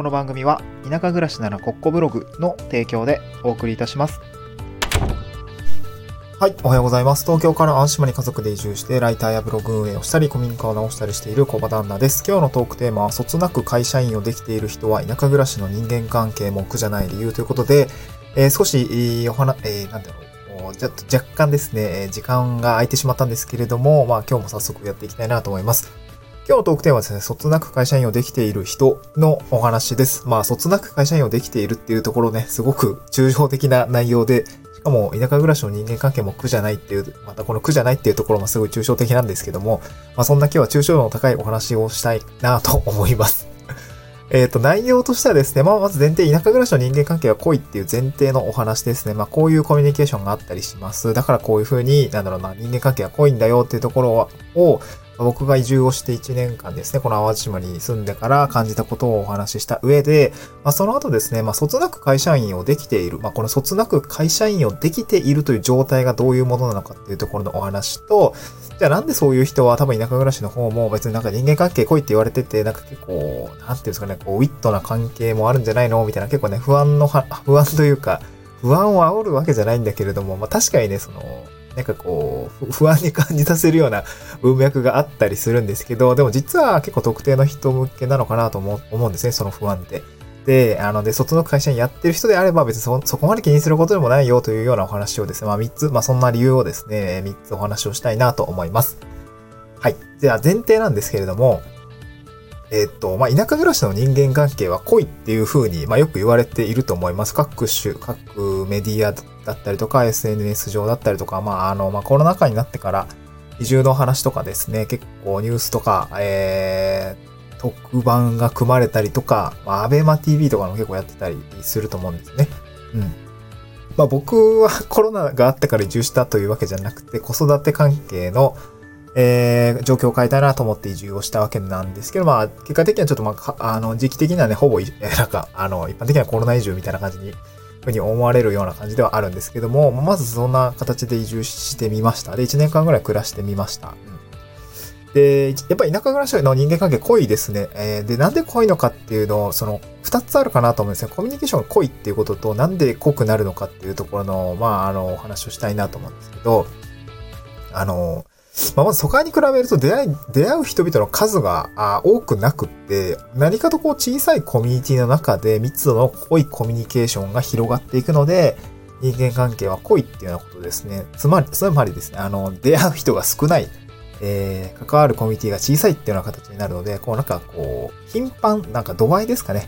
の番組は田舎暮らしならコッコブログの提供でお送りいたします。はい、おはようございます。東京から安島に家族で移住してライターやブログ運営をしたり古民家を直したりしている小場旦那です。今日のトークテーマは、そつなく会社員をできている人は田舎暮らしの人間関係も苦じゃない理由ということで、少し若干ですね、時間が空いてしまったんですけれども、今日も早速やっていきたいなと思います。今日のトークテーマはですね、そつなく会社員をできている人のお話です。そつなく会社員をできているっていうところね、すごく抽象的な内容で、しかも田舎暮らしの人間関係も苦じゃないっていう、またこの苦じゃないっていうところもすごい抽象的なんですけども、そんな今日は抽象度の高いお話をしたいなと思います。内容としてはですね、まず前提、田舎暮らしの人間関係は濃いっていう前提のお話ですね。こういうコミュニケーションがあったりします。だからこういうふうに、人間関係は濃いんだよっていうところを、僕が移住をして1年間ですね、この淡路島に住んでから感じたことをお話しした上で、その後ですね、そつなく会社員をできている、このそつなく会社員をできているという状態がどういうものなのかっていうところのお話と、じゃあなんでそういう人は多分田舎暮らしの方も別に人間関係濃いって言われてて、結構、なんていうんですかね、ウィットな関係もあるんじゃないのみたいな、結構ね、不安というか、不安を煽るわけじゃないんだけれども、確かにね、不安に感じさせるような文脈があったりするんですけど、でも実は結構特定の人向けなのかなと思うんですね、その不安って。で、そっちの会社にやってる人であれば別にそこまで気にすることでもないよというようなお話をですね、3つ、そんな理由をですね、3つお話をしたいなと思います。はい。じゃあ前提なんですけれども、田舎暮らしの人間関係は濃いっていう風に、よく言われていると思います。各メディアだったりとか、SNS 上だったりとか、コロナ禍になってから移住の話とかですね、結構ニュースとか、特番が組まれたりとか、アベマ TV とかも結構やってたりすると思うんですね。僕はコロナがあってから移住したというわけじゃなくて、子育て関係の状況を変えたいなと思って移住をしたわけなんですけど、結果的にはちょっと時期的にはね、ほぼ、一般的なコロナ移住みたいな感じに、ふうに思われるような感じではあるんですけども、まずそんな形で移住してみました。で、1年間ぐらい暮らしてみました。で、やっぱり田舎暮らしの人間関係濃いですね。で、なんで濃いのかっていうのを、二つあるかなと思うんですね。コミュニケーションが濃いっていうことと、なんで濃くなるのかっていうところの、お話をしたいなと思うんですけど、まず都会に比べると出会う人々の数が多くなくって、何かと小さいコミュニティの中で密度の濃いコミュニケーションが広がっていくので、人間関係は濃いっていうようなことですね。つまりですね、出会う人が少ない、関わるコミュニティが小さいっていうような形になるので、頻繁、度合いですかね。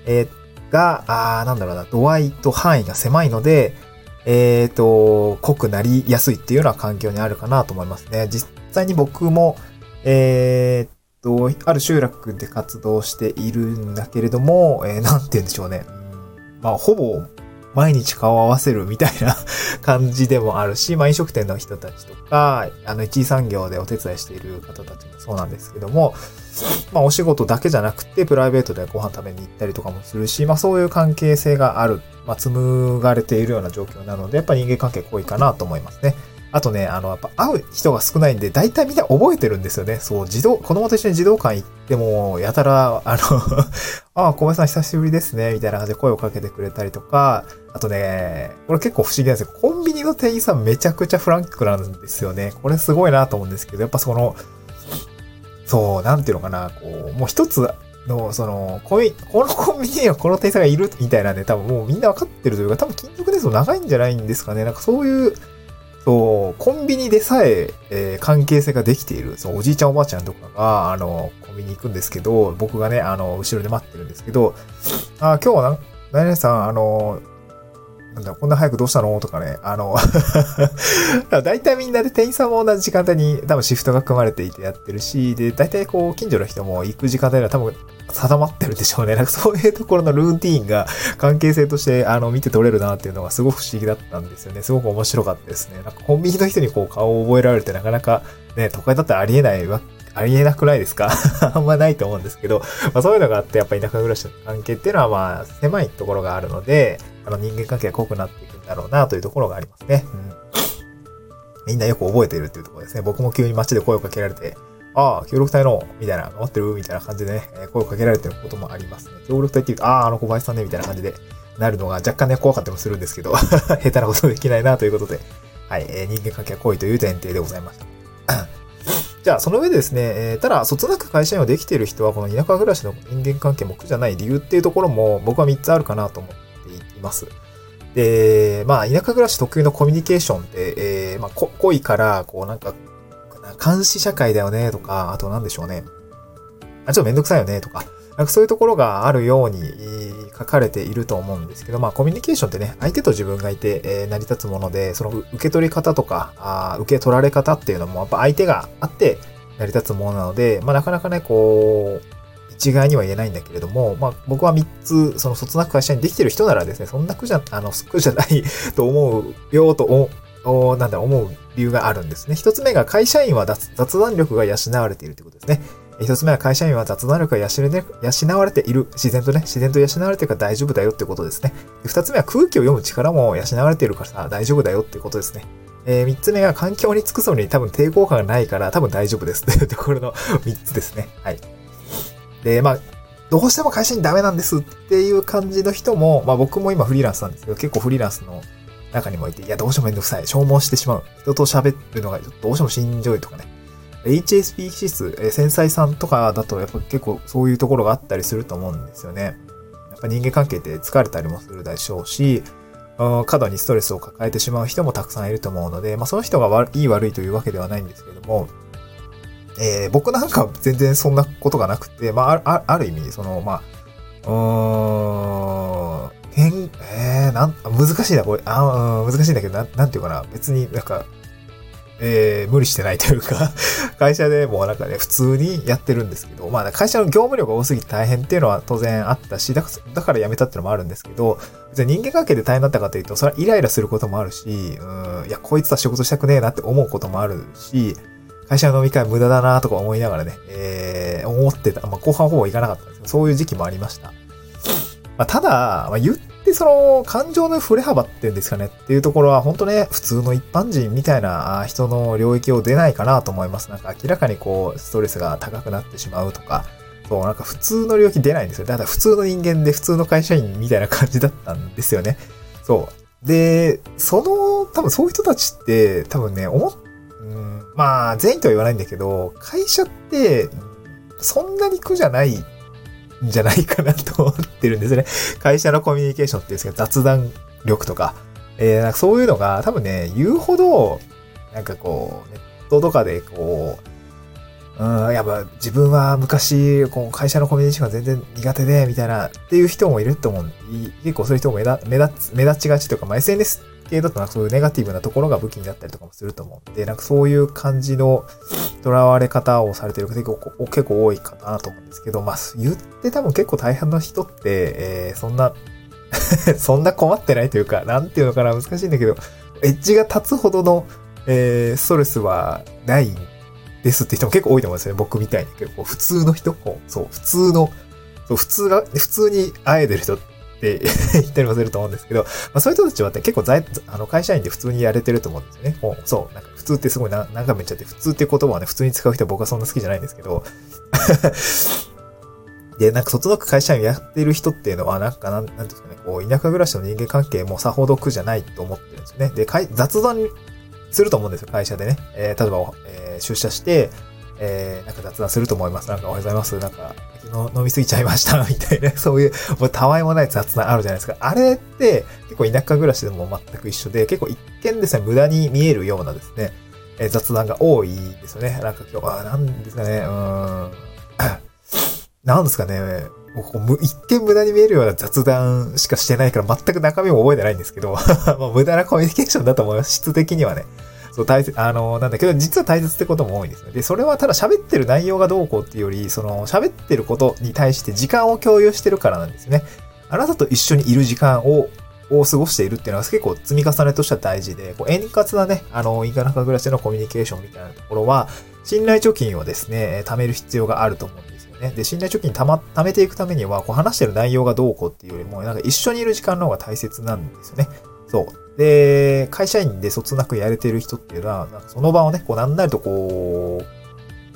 度合いと範囲が狭いので、濃くなりやすいっていうような環境にあるかなと思いますね。実際に僕も、ある集落で活動しているんだけれども、なんて言うんでしょうね。ほぼ毎日顔を合わせるみたいな感じでもあるし、飲食店の人たちとか、一次産業でお手伝いしている方たちもそうなんですけども、お仕事だけじゃなくて、プライベートでご飯食べに行ったりとかもするし、そういう関係性がある、紡がれているような状況なので、やっぱ人間関係濃いかなと思いますね。あとね、やっぱ会う人が少ないんで、大体みんな覚えてるんですよね。子供と一緒に児童館行っても、やたら、小林さん久しぶりですね、みたいな感じで声をかけてくれたりとか、あとね、これ結構不思議なんですけど、コンビニの店員さんめちゃくちゃフランクなんですよね。これすごいなと思うんですけど、やっぱなんていうのかな、もう一つの、このコンビニにはこの店員さんがいるみたいなんで、多分もうみんなわかってるというか、多分勤続ですと長いんじゃないんですかね。そういう、コンビニでさえ関係性ができている。おじいちゃんおばあちゃんとかが、コンビニ行くんですけど、僕がね、後ろで待ってるんですけど、今日は何々さん、こんな早くどうしたのとかね、大体みんなで店員さんも同じ時間帯に多分シフトが組まれていてやってるし、で、大体近所の人も行く時間帯は多分定まってるでしょうね。そういうところのルーティーンが関係性として見て取れるなっていうのがすごく不思議だったんですよね。すごく面白かったですね。コンビニの人に顔を覚えられるってなかなかね、都会だったらありえなくないですかあんまないと思うんですけど、そういうのがあって、やっぱり田舎暮らしの関係っていうのは狭いところがあるので、人間関係が濃くなっていくんだろうなというところがありますね。みんなよく覚えているっていうところですね。僕も急に街で声をかけられて、 協力隊の、みたいな、待ってるみたいな感じでね、声をかけられてることもありますね。協力隊って言うと、小林さんね、みたいな感じでなるのが若干ね、怖かったりもするんですけど、下手なことできないなということで、はい、人間関係は濃いという前提でございました。じゃあ、その上でですね、ただ、そつなく会社員をできている人は、この田舎暮らしの人間関係も苦じゃない理由っていうところも、僕は3つあるかなと思っています。で、田舎暮らし特有のコミュニケーションって、濃いから、監視社会だよね、とか、あとなんでしょうね。ちょっとめんどくさいよね、とか、そういうところがあるように書かれていると思うんですけど、コミュニケーションってね、相手と自分がいて、成り立つもので、その受け取り方とか、受け取られ方っていうのも、やっぱ相手があって成り立つものなので、なかなかね、一概には言えないんだけれども、僕は3つ、そのそつなく会社にできてる人ならですね、そんな苦じゃないと思うよと思う理由があるんですね。1つ目が会社員は雑談力が養われているということですね。1つ目は会社員は雑談力が養われている。自然と養われているから大丈夫だよってことですね。2つ目は空気を読む力も養われているからさ、大丈夫だよってことですね。3つ目が環境につくそのに多分抵抗感がないから多分大丈夫ですというところの3つですね。はい。で、どうしても会社員ダメなんですっていう感じの人も、僕も今フリーランスなんですけど、結構フリーランスの中にもいて、いや、どうしてもめんどくさい。消耗してしまう。人と喋るのがどうしてもしんどいとかね。HSP 指数、繊細さんとかだとやっぱ結構そういうところがあったりすると思うんですよね。やっぱ人間関係って疲れたりもするでしょうし、過度にストレスを抱えてしまう人もたくさんいると思うので、その人がいい悪いというわけではないんですけども、僕なんか全然そんなことがなくて、ある意味、難しいな、これ。難しいんだけど、なんていうかな。別に無理してないというか、会社でも普通にやってるんですけど、会社の業務量が多すぎて大変っていうのは当然あったし、だから辞めたっていうのもあるんですけど、別に人間関係で大変だったかというと、それはイライラすることもあるし、いや、こいつは仕事したくねえなって思うこともあるし、会社の飲み会無駄だなとか思いながらね、思ってた。後半ほぼ行かなかったんですけど、そういう時期もありました。ただ、言ってその感情の振れ幅っていうんですかねっていうところは本当ね、普通の一般人みたいな人の領域を出ないかなと思います。明らかにストレスが高くなってしまうとか、普通の領域出ないんですよ。だから普通の人間で普通の会社員みたいな感じだったんですよね。そう。で、多分そういう人たちって多分ね、全員とは言わないんだけど、会社って、そんなに苦じゃないんじゃないかなと思ってるんですね。会社のコミュニケーションっていうんですけど、雑談力とか、そういうのが多分ね、言うほど、ネットとかでやっぱ自分は昔、会社のコミュニケーションが全然苦手で、みたいな、っていう人もいると思う。結構そういう人も目立ちがちというか、SNS 系だとそういうネガティブなところが武器になったりとかもすると思うんで、そういう感じの囚われ方をされている方結構多いかなと思うんですけど、言って多分結構大半の人って、そんな困ってないというか、なんていうのかな、難しいんだけど、エッジが立つほどの、ストレスはないですって人も結構多いと思うんですよね。僕みたいに結構普通の人、普通に会えてる人って言ったりもすると思うんですけど、そういう人たちは結構会社員で普通にやれてると思うんですよね。普通ってすごい何回も言っちゃって、普通って言葉はね、普通に使う人は僕はそんな好きじゃないんですけど、で、そつなく会社員やっている人っていうのは、なんていうんですかね、田舎暮らしの人間関係もさほど苦じゃないと思ってるんですよね。で、雑談すると思うんですよ、会社でね。例えば、出社して、雑談すると思います。おはようございます。昨日飲みすぎちゃいました、みたいな、そういう、もうたわいもない雑談あるじゃないですか。あれって、結構田舎暮らしでも全く一緒で、結構一見ですね、無駄に見えるようなですね、雑談が多いですよね。今日は、なんですかね、なんですかね、一見無駄に見えるような雑談しかしてないから全く中身も覚えてないんですけど、無駄なコミュニケーションだと思います。質的にはね。なんだけど、実は大切ってことも多いんですね。で、それはただ喋ってる内容がどうこうっていうより、喋ってることに対して時間を共有してるからなんですね。あなたと一緒にいる時間を過ごしているっていうのは結構積み重ねとしては大事で、円滑なね、田舎暮らしのコミュニケーションみたいなところは、信頼貯金をですね、貯める必要があると思うんですよね。で、信頼貯金貯めていくためには、話してる内容がどうこうっていうよりも、一緒にいる時間の方が大切なんですよね。そう。で、会社員でそつなくやれてる人っていうのは、その場をね、なんなりと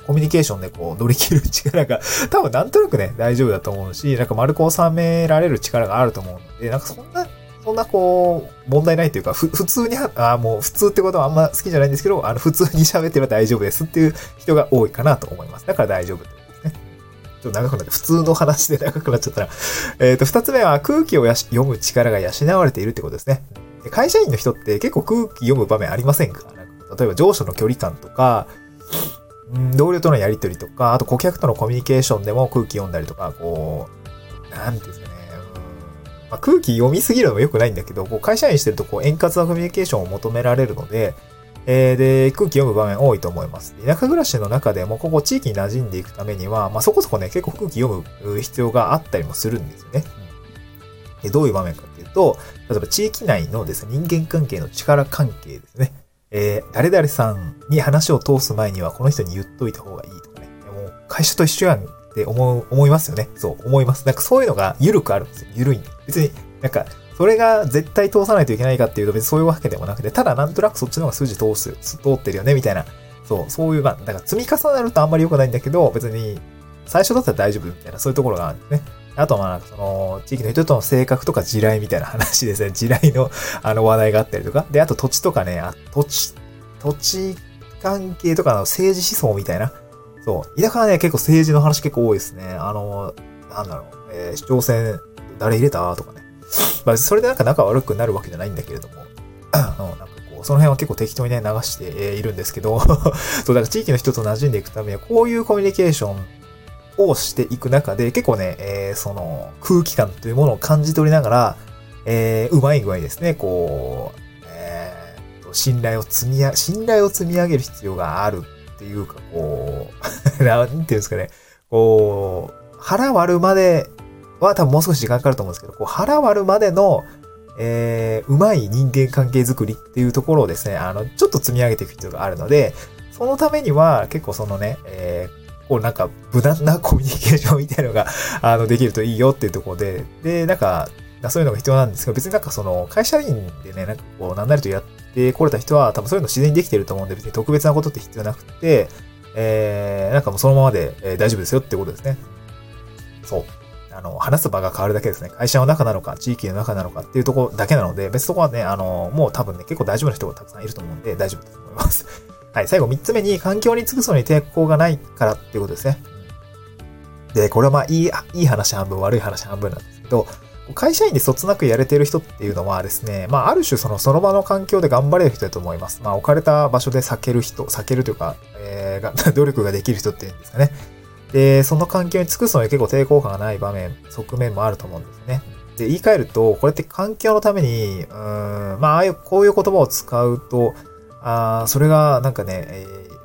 コミュニケーションでこう乗り切る力が多分なんとなくね、大丈夫だと思うし、なんか丸く収められる力があると思うので、なんかそんなこう、問題ないというか、普通に、もう普通ってことはあんま好きじゃないんですけど、普通に喋ってれば大丈夫ですっていう人が多いかなと思います。だから大丈夫ってことですね。ちょっと長くなって、普通の話で長くなっちゃったら。二つ目は空気を読む力が養われているってことですね。会社員の人って結構空気読む場面ありませんか？例えば上司との距離感とか、同僚とのやりとりとか、あと顧客とのコミュニケーションでも空気読んだりとか、こう、なんていうんですかね。空気読みすぎるのも良くないんだけど、こう会社員してるとこう円滑なコミュニケーションを求められるので、で、空気読む場面多いと思います。田舎暮らしの中でも、ここ地域に馴染んでいくためには、そこそこね、結構空気読む必要があったりもするんですよね。で、どういう場面かっていうと、例えば地域内のですね、人間関係の力関係ですね。誰々さんに話を通す前にはこの人に言っといた方がいいとかね。もう会社と一緒やんって思いますよね。そう、思います。なんかそういうのが緩くあるんですよ。緩いんで。別になんか、それが絶対通さないといけないかっていうと別にそういうわけでもなくて、ただなんとなくそっちの方が筋通ってるよね、みたいな。そういう、だから積み重なるとあんまり良くないんだけど、別に最初だったら大丈夫みたいな、そういうところがあるんですね。あとはその、地域の人との性格とか地雷みたいな話ですね。地雷の話題があったりとか。で、あと土地とかね、土地関係とかの政治思想みたいな。そう。田舎はね、結構政治の話結構多いですね。なんだろう、市長選誰入れたとかね。それでなんか仲悪くなるわけじゃないんだけれども。なんかこう、その辺は結構適当にね、流しているんですけど。そう、だから地域の人と馴染んでいくためには、こういうコミュニケーションをしていく中で、結構ね、その空気感というものを感じ取りながら、うまい具合ですね、こう、信頼を積み上げる必要があるっていうか、こう、なんていうんですかね、こう、腹割るまでは多分もう少し時間かかると思うんですけど、こう腹割るまでの、うまい人間関係づくりっていうところをですね、ちょっと積み上げていく必要があるので、そのためには結構そのね、こうなんか無難なコミュニケーションみたいなのが、できるといいよっていうところで、なんか、そういうのが必要なんですけど、別になんかその、会社員でね、なんかこう、なんなりとやってこれた人は多分そういうの自然にできてると思うんで、別に特別なことって必要なくて、なんかもうそのままで、大丈夫ですよってことですね。そう。話す場が変わるだけですね。会社の中なのか、地域の中なのかっていうところだけなので、別にそこはね、もう多分ね、結構大丈夫な人がたくさんいると思うんで、大丈夫だと思います。はい、最後3つ目に、環境に尽くすのに抵抗がないからっていうことですね。で、これはいい話半分、悪い話半分なんですけど、会社員でそつなくやれてる人っていうのはですね、ある種その場の環境で頑張れる人だと思います。置かれた場所で避けるというか、努力ができる人っていうんですかね。で、その環境に尽くすのに結構抵抗感がない側面もあると思うんですね。で、言い換えると、これって環境のために、こういう言葉を使うと、それがなんかね、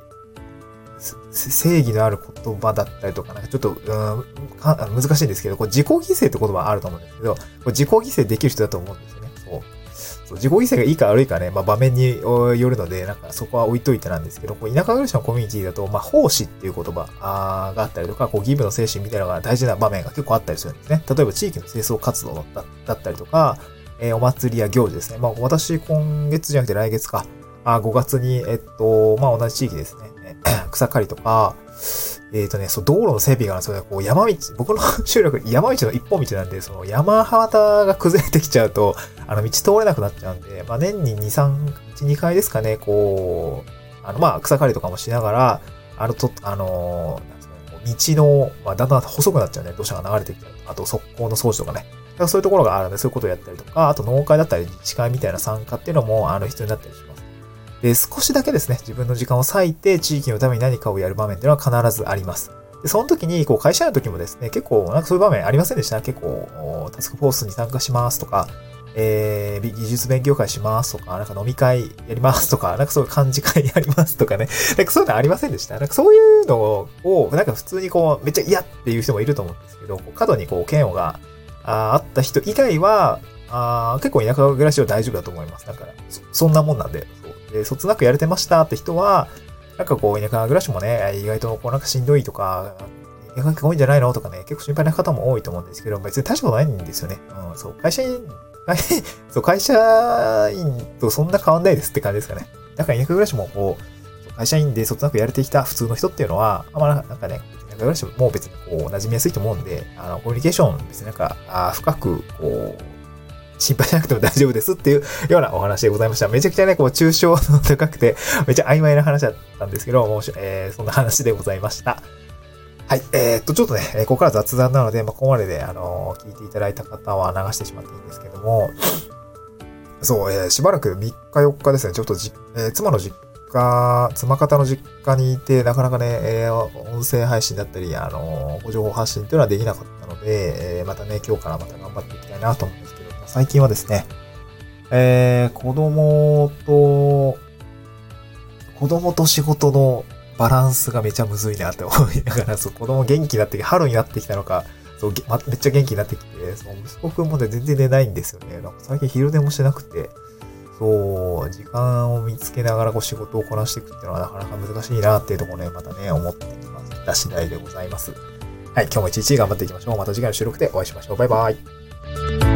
正義のある言葉だったりとか、なんかちょっと、難しいんですけど、こう自己犠牲って言葉あると思うんですけど、これ自己犠牲できる人だと思うんですよね。そう自己犠牲がいいか悪いかね、場面によるので、なんかそこは置いといてなんですけど、こう田舎暮らしのコミュニティだと、奉仕っていう言葉があったりとか、こう義務の精神みたいなのが大事な場面が結構あったりするんですね。例えば地域の清掃活動だったりとか、お祭りや行事ですね。私今月じゃなくて来月か。5月に、同じ地域ですね。草刈りとか、道路の整備があるんですよね。こう山道、僕の集落、山道の一本道なんで、その山肌が崩れてきちゃうと、道通れなくなっちゃうんで、年に2回ですかね、こう、草刈りとかもしながら、なんですかね、道の、だんだん細くなっちゃうね。土砂が流れてきちゃう。あと、側溝の掃除とかね。だからそういうところがあるんで、そういうことをやったりとか、あと農会だったり自治会みたいな参加っていうのも、必要になったりします。で、少しだけですね、自分の時間を割いて地域のために何かをやる場面っていうのは必ずあります。で、その時に、こう、会社の時もですね、結構、なんかそういう場面ありませんでした？結構、タスクフォースに参加しますとか、技術勉強会しますとか、なんか飲み会やりますとか、なんかそういう幹事会やりますとかね、なんかそういうのありませんでした？なんかそういうのを、なんか普通にこう、めっちゃ嫌っていう人もいると思うんですけど、過度にこう、嫌悪があった人以外は、結構田舎暮らしは大丈夫だと思います。だから、そんなもんなんで。で、そつなくやれてましたって人は、なんかこう、田舎暮らしもね、意外とこうなんかしんどいとか、田舎が多いんじゃないのとかね、結構心配な方も多いと思うんですけど、別に大したことないんですよね。そう、会社員とそんな変わんないですって感じですかね。だから田舎暮らしもこう、 会社員でそつなくやれてきた普通の人っていうのは、なんかね、田舎暮らしも別にこう、馴染みやすいと思うんで、コミュニケーション別になんか、深く、こう、心配しなくても大丈夫ですっていうようなお話でございました。めちゃくちゃね、こう、抽象度高くて、めっちゃ曖昧な話だったんですけど、そんな話でございました。はい。ちょっとね、ここから雑談なので、ここまでで、聞いていただいた方は流してしまっていいんですけども、そう、しばらく3日4日ですね、ちょっと妻方の実家にいて、なかなかね、音声配信だったり、ご情報発信っていうのはできなかったので、またね、今日からまた頑張っていきたいなと思うんですけど、最近はですね、子供と仕事のバランスがめちゃむずいなって思いながら、そう、子供元気になって春になってきたのか、そう、めっちゃ元気になってきて、そう、息子くんもね、全然寝ないんですよね。なんか最近昼寝もしてなくて、そう、時間を見つけながらこう仕事をこなしていくっていうのはなかなか難しいなっていうところね、またね、思ってきました次第でございます。はい、今日も一日頑張っていきましょう。また次回の収録でお会いしましょう。バイバイ。